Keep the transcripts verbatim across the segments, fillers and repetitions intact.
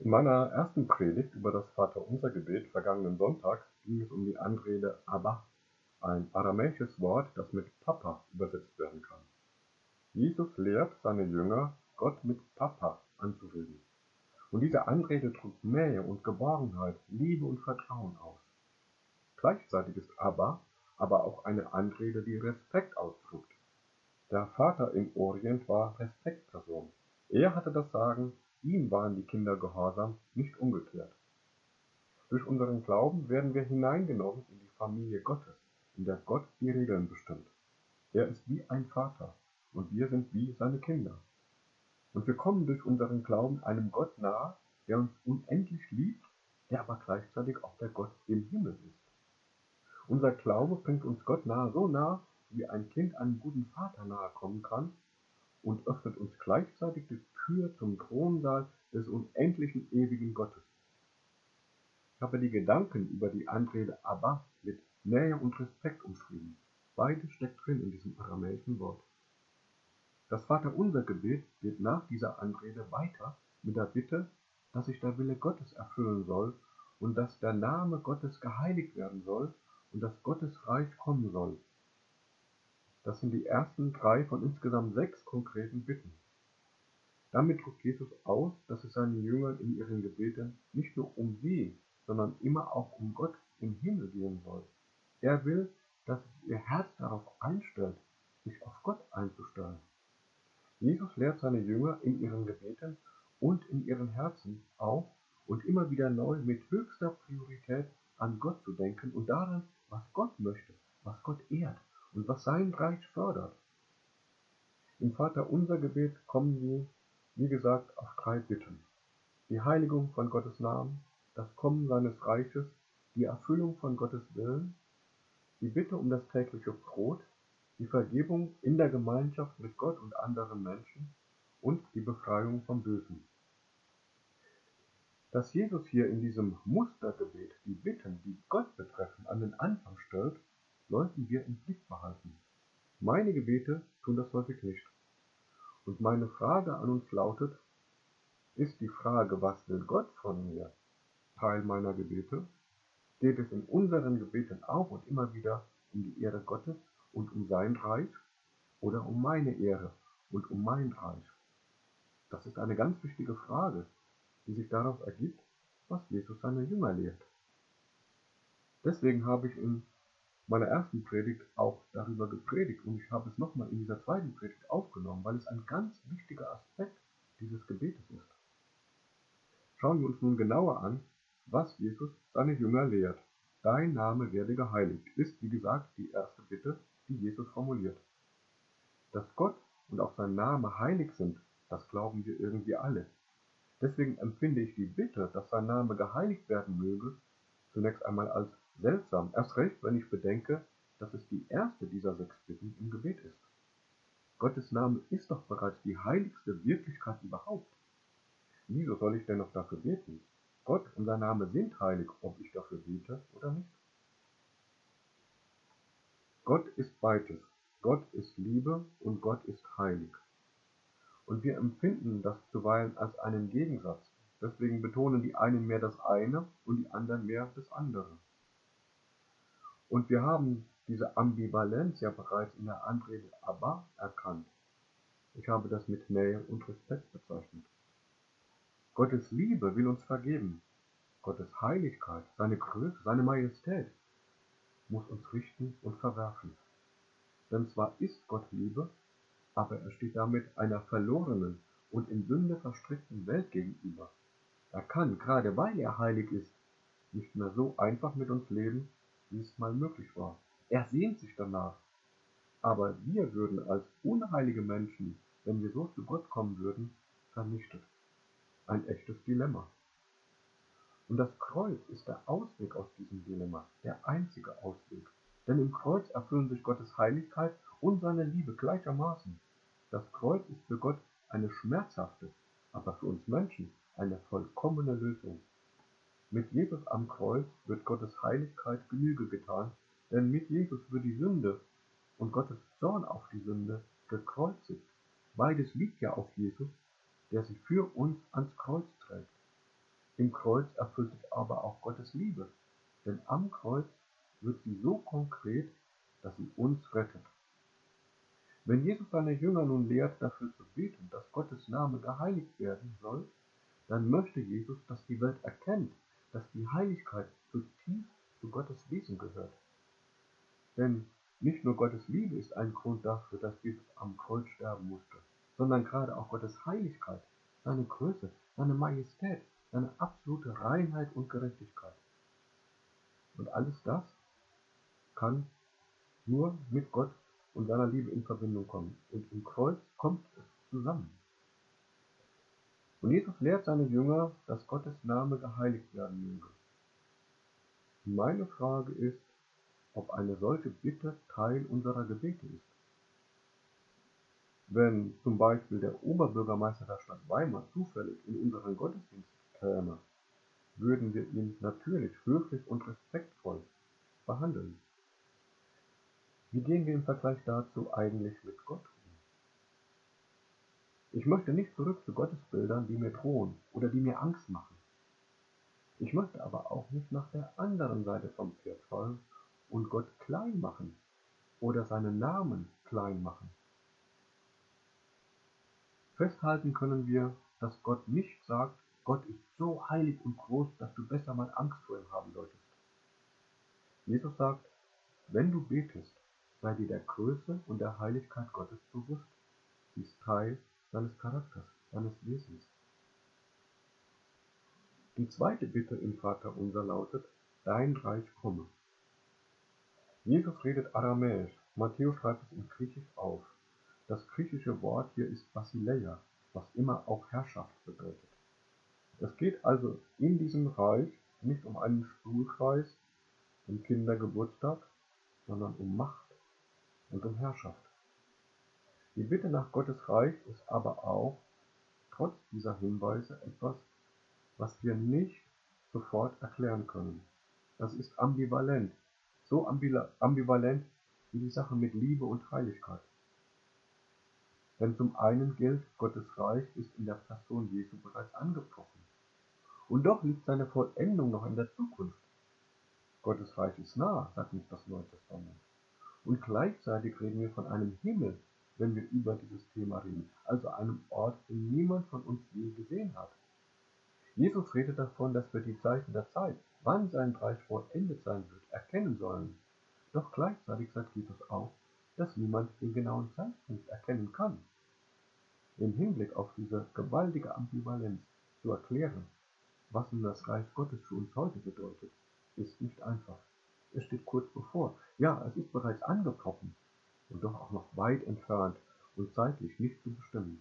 In meiner ersten Predigt über das Vaterunser-Gebet vergangenen Sonntag ging es um die Anrede Abba, ein aramäisches Wort, das mit Papa übersetzt werden kann. Jesus lehrt seine Jünger, Gott mit Papa anzureden. Und diese Anrede drückt Nähe und Geborgenheit, Liebe und Vertrauen aus. Gleichzeitig ist Abba aber auch eine Anrede, die Respekt ausdrückt. Der Vater im Orient war Respektperson. Er hatte das Sagen, ihm waren die Kinder gehorsam, nicht umgekehrt. Durch unseren Glauben werden wir hineingenommen in die Familie Gottes, in der Gott die Regeln bestimmt. Er ist wie ein Vater und wir sind wie seine Kinder. Und wir kommen durch unseren Glauben einem Gott nahe, der uns unendlich liebt, der aber gleichzeitig auch der Gott im Himmel ist. Unser Glaube bringt uns Gott nahe, so nah, wie ein Kind einem guten Vater nahe kommen kann, und öffnet uns gleichzeitig die Tür zum Thronsaal des unendlichen, ewigen Gottes. Ich habe die Gedanken über die Anrede Abba mit Nähe und Respekt umschrieben. Beides steckt drin in diesem aramäischen Wort. Das Vaterunser-Gebet geht nach dieser Anrede weiter mit der Bitte, dass sich der Wille Gottes erfüllen soll und dass der Name Gottes geheiligt werden soll und dass Gottes Reich kommen soll. Das sind die ersten drei von insgesamt sechs konkreten Bitten. Damit drückt Jesus aus, dass es seinen Jüngern in ihren Gebeten nicht nur um sie, sondern immer auch um Gott im Himmel gehen soll. Er will, dass sich ihr Herz darauf einstellt, sich auf Gott einzustellen. Jesus lehrt seine Jünger in ihren Gebeten und in ihren Herzen auf und immer wieder neu mit höchster Priorität an Gott zu denken und daran, was Gott möchte, was Gott ehrt und was sein Reich fördert. Im Vaterunser-Gebet kommen wir, wie gesagt, auf drei Bitten. Die Heiligung von Gottes Namen, das Kommen seines Reiches, die Erfüllung von Gottes Willen, die Bitte um das tägliche Brot, die Vergebung in der Gemeinschaft mit Gott und anderen Menschen und die Befreiung vom Bösen. Dass Jesus hier in diesem Mustergebet die Bitten, die Gott betreffen, an den Anfang stellt, sollten wir im Blick behalten. Meine Gebete tun das häufig nicht. Und meine Frage an uns lautet, ist die Frage, was will Gott von mir, Teil meiner Gebete? Geht es in unseren Gebeten auch und immer wieder um die Ehre Gottes und um sein Reich oder um meine Ehre und um mein Reich? Das ist eine ganz wichtige Frage, die sich daraus ergibt, was Jesus seine Jünger lehrt. Deswegen habe ich in meiner ersten Predigt auch darüber gepredigt und ich habe es nochmal in dieser zweiten Predigt aufgenommen, weil es ein ganz wichtiger Aspekt dieses Gebetes ist. Schauen wir uns nun genauer an, was Jesus seine Jünger lehrt. Dein Name werde geheiligt, ist wie gesagt die erste Bitte, die Jesus formuliert. Dass Gott und auch sein Name heilig sind, das glauben wir irgendwie alle. Deswegen empfinde ich die Bitte, dass sein Name geheiligt werden möge, zunächst einmal als seltsam, erst recht, wenn ich bedenke, dass es die erste dieser sechs Bitten im Gebet ist. Gottes Name ist doch bereits die heiligste Wirklichkeit überhaupt. Wieso soll ich denn noch dafür beten? Gott und sein Name sind heilig, ob ich dafür bete oder nicht. Gott ist beides. Gott ist Liebe und Gott ist heilig. Und wir empfinden das zuweilen als einen Gegensatz. Deswegen betonen die einen mehr das eine und die anderen mehr das andere. Und wir haben diese Ambivalenz ja bereits in der Anrede Abba erkannt. Ich habe das mit Nähe und Respekt bezeichnet. Gottes Liebe will uns vergeben. Gottes Heiligkeit, seine Größe, seine Majestät muss uns richten und verwerfen. Denn zwar ist Gott Liebe, aber er steht damit einer verlorenen und in Sünde verstrickten Welt gegenüber. Er kann, gerade weil er heilig ist, nicht mehr so einfach mit uns leben, wie es mal möglich war. Er sehnt sich danach. Aber wir würden als unheilige Menschen, wenn wir so zu Gott kommen würden, vernichtet. Ein echtes Dilemma. Und das Kreuz ist der Ausweg aus diesem Dilemma, der einzige Ausweg. Denn im Kreuz erfüllen sich Gottes Heiligkeit und seine Liebe gleichermaßen. Das Kreuz ist für Gott eine schmerzhafte, aber für uns Menschen eine vollkommene Lösung. Mit Jesus am Kreuz wird Gottes Heiligkeit Genüge getan, denn mit Jesus wird die Sünde und Gottes Zorn auf die Sünde gekreuzigt. Beides liegt ja auf Jesus, der sie für uns ans Kreuz trägt. Kreuz erfüllt sich aber auch Gottes Liebe, denn am Kreuz wird sie so konkret, dass sie uns rettet. Wenn Jesus seine Jünger nun lehrt, dafür zu beten, dass Gottes Name geheiligt werden soll, dann möchte Jesus, dass die Welt erkennt, dass die Heiligkeit zutiefst zu Gottes Wesen gehört. Denn nicht nur Gottes Liebe ist ein Grund dafür, dass Jesus am Kreuz sterben musste, sondern gerade auch Gottes Heiligkeit, seine Größe, seine Majestät, seine absolute Reinheit und Gerechtigkeit. Und alles das kann nur mit Gott und seiner Liebe in Verbindung kommen. Und im Kreuz kommt es zusammen. Und Jesus lehrt seine Jünger, dass Gottes Name geheiligt werden möge. Meine Frage ist, ob eine solche Bitte Teil unserer Gebete ist. Wenn zum Beispiel der Oberbürgermeister der Stadt Weimar zufällig in unseren Gottesdienst käme, würden wir ihn natürlich höflich und respektvoll behandeln. Wie gehen wir im Vergleich dazu eigentlich mit Gott um? Ich möchte nicht zurück zu Gottesbildern, die mir drohen oder die mir Angst machen. Ich möchte aber auch nicht nach der anderen Seite vom Pferd fallen und Gott klein machen oder seinen Namen klein machen. Festhalten können wir, dass Gott nicht sagt, Gott ist so heilig und groß, dass du besser mal Angst vor ihm haben solltest. Jesus sagt, wenn du betest, sei dir der Größe und der Heiligkeit Gottes bewusst. Sie ist Teil seines Charakters, seines Wesens. Die zweite Bitte im Vaterunser lautet, dein Reich komme. Jesus redet Aramäisch, Matthäus schreibt es in Griechisch auf. Das griechische Wort hier ist Basileia, was immer auch Herrschaft bedeutet. Es geht also in diesem Reich nicht um einen Stuhlkreis, um Kindergeburtstag, sondern um Macht und um Herrschaft. Die Bitte nach Gottes Reich ist aber auch, trotz dieser Hinweise, etwas, was wir nicht sofort erklären können. Das ist ambivalent, so ambivalent wie die Sache mit Liebe und Heiligkeit. Denn zum einen gilt, Gottes Reich ist in der Person Jesu bereits angebrochen. Und doch liegt seine Vollendung noch in der Zukunft. Gottes Reich ist nah, sagt uns das Neue Testament. Und gleichzeitig reden wir von einem Himmel, wenn wir über dieses Thema reden, also einem Ort, den niemand von uns je gesehen hat. Jesus redet davon, dass wir die Zeichen der Zeit, wann sein Reich vollendet sein wird, erkennen sollen. Doch gleichzeitig sagt Jesus auch, dass niemand den genauen Zeitpunkt erkennen kann. Im Hinblick auf diese gewaltige Ambivalenz zu erklären, was nun das Reich Gottes für uns heute bedeutet, ist nicht einfach. Es steht kurz bevor. Ja, es ist bereits angebrochen und doch auch noch weit entfernt und zeitlich nicht zu bestimmen.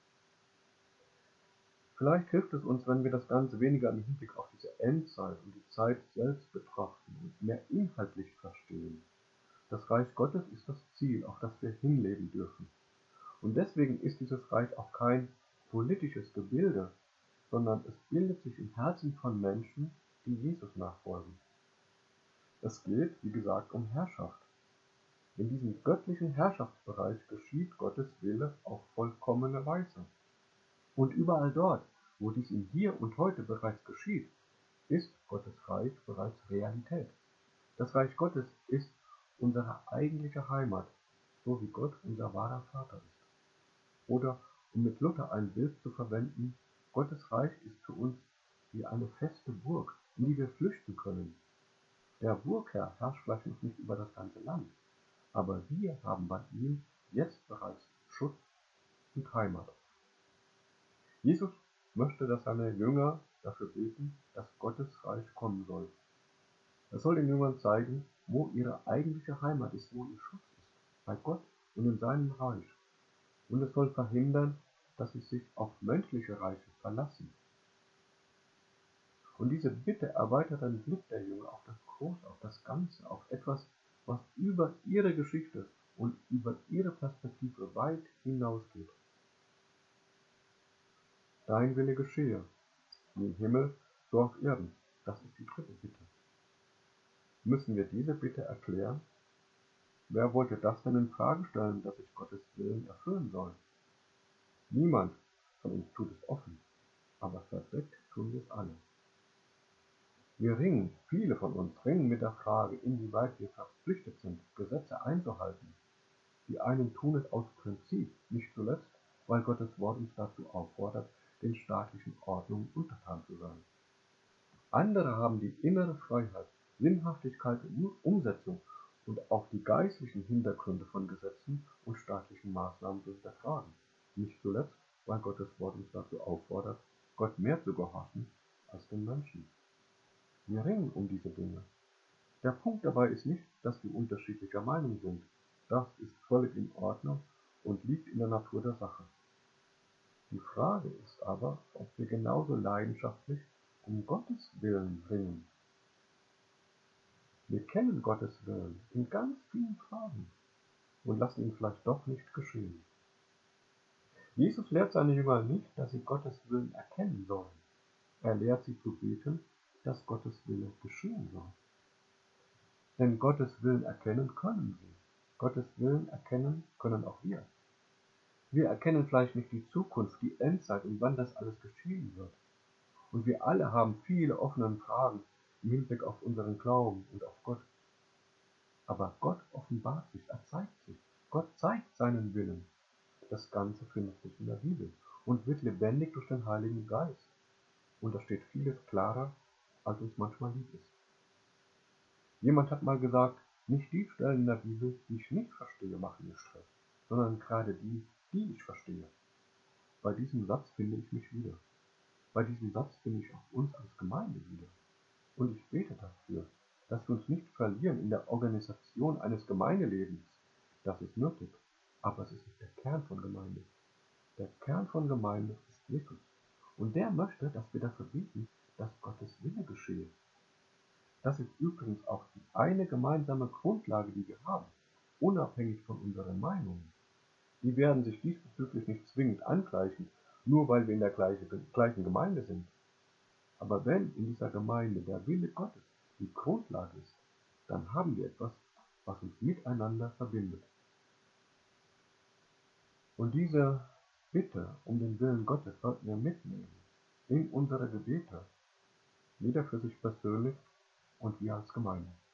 Vielleicht hilft es uns, wenn wir das Ganze weniger im Hinblick auf diese Endzeit und die Zeit selbst betrachten und mehr inhaltlich verstehen. Das Reich Gottes ist das Ziel, auf das wir hinleben dürfen. Und deswegen ist dieses Reich auch kein politisches Gebilde, sondern es bildet sich im Herzen von Menschen, die Jesus nachfolgen. Es geht, wie gesagt, um Herrschaft. In diesem göttlichen Herrschaftsbereich geschieht Gottes Wille auf vollkommene Weise. Und überall dort, wo dies im Hier und Heute bereits geschieht, ist Gottes Reich bereits Realität. Das Reich Gottes ist unsere eigentliche Heimat, so wie Gott unser wahrer Vater ist. Oder, um mit Luther ein Bild zu verwenden, Gottes Reich ist für uns wie eine feste Burg, in die wir flüchten können. Der Burgherr herrscht vielleicht noch nicht über das ganze Land, aber wir haben bei ihm jetzt bereits Schutz und Heimat. Jesus möchte, dass seine Jünger dafür beten, dass Gottes Reich kommen soll. Er soll den Jüngern zeigen, wo ihre eigentliche Heimat ist, wo ihr Schutz ist, bei Gott und in seinem Reich. Und es soll verhindern, dass sie sich auf menschliche Reiche verlassen. Und diese Bitte erweitert den Blick der Jünger auf das Große, auf das Ganze, auf etwas, was über ihre Geschichte und über ihre Perspektive weit hinausgeht. Dein Wille geschehe, wie im Himmel, so auf Erden. Das ist die dritte Bitte. Müssen wir diese Bitte erklären? Wer wollte das denn in Frage stellen, dass sich Gottes Willen erfüllen soll? Niemand von uns tut es offen, aber verdeckt tun wir es alle. Wir ringen, viele von uns ringen mit der Frage, inwieweit wir verpflichtet sind, Gesetze einzuhalten. Die einen tun es aus Prinzip, nicht zuletzt, weil Gottes Wort uns dazu auffordert, den staatlichen Ordnungen untertan zu sein. Andere haben die innere Freiheit, Sinnhaftigkeit und Umsetzung und auch die geistlichen Hintergründe von Gesetzen und staatlichen Maßnahmen zu hinterfragen. Nicht zuletzt, weil Gottes Wort uns dazu auffordert, Gott mehr zu gehorchen als den Menschen. Wir ringen um diese Dinge. Der Punkt dabei ist nicht, dass wir unterschiedlicher Meinung sind. Das ist völlig in Ordnung und liegt in der Natur der Sache. Die Frage ist aber, ob wir genauso leidenschaftlich um Gottes Willen ringen. Wir kennen Gottes Willen in ganz vielen Fragen und lassen ihn vielleicht doch nicht geschehen. Jesus lehrt seine Jünger nicht, dass sie Gottes Willen erkennen sollen. Er lehrt sie zu beten, dass Gottes Wille geschehen soll. Denn Gottes Willen erkennen können sie. Gottes Willen erkennen können auch wir. Wir erkennen vielleicht nicht die Zukunft, die Endzeit und wann das alles geschehen wird. Und wir alle haben viele offene Fragen im Hinblick auf unseren Glauben und auf Gott. Aber Gott offenbart sich, er zeigt sich. Gott zeigt seinen Willen. Das Ganze findet sich in der Bibel und wird lebendig durch den Heiligen Geist. Und da steht vieles klarer, als uns manchmal lieb ist. Jemand hat mal gesagt, nicht die Stellen in der Bibel, die ich nicht verstehe, machen mir Stress, sondern gerade die, die ich verstehe. Bei diesem Satz finde ich mich wieder. Bei diesem Satz finde ich auch uns als Gemeinde wieder. Und ich bete dafür, dass wir uns nicht verlieren in der Organisation eines Gemeindelebens. Das ist nötig, aber es ist nicht der Kern von Gemeinde. Der Kern von Gemeinde ist Jesus. Und der möchte, dass wir dafür beten, dass Gottes Wille geschehe. Das ist übrigens auch die eine gemeinsame Grundlage, die wir haben, unabhängig von unseren Meinungen. Die werden sich diesbezüglich nicht zwingend angleichen, nur weil wir in der gleichen Gemeinde sind. Aber wenn in dieser Gemeinde der Wille Gottes die Grundlage ist, dann haben wir etwas, was uns miteinander verbindet. Und diese Bitte um den Willen Gottes sollten wir mitnehmen in unsere Gebete, jeder für sich persönlich und wir als Gemeinde.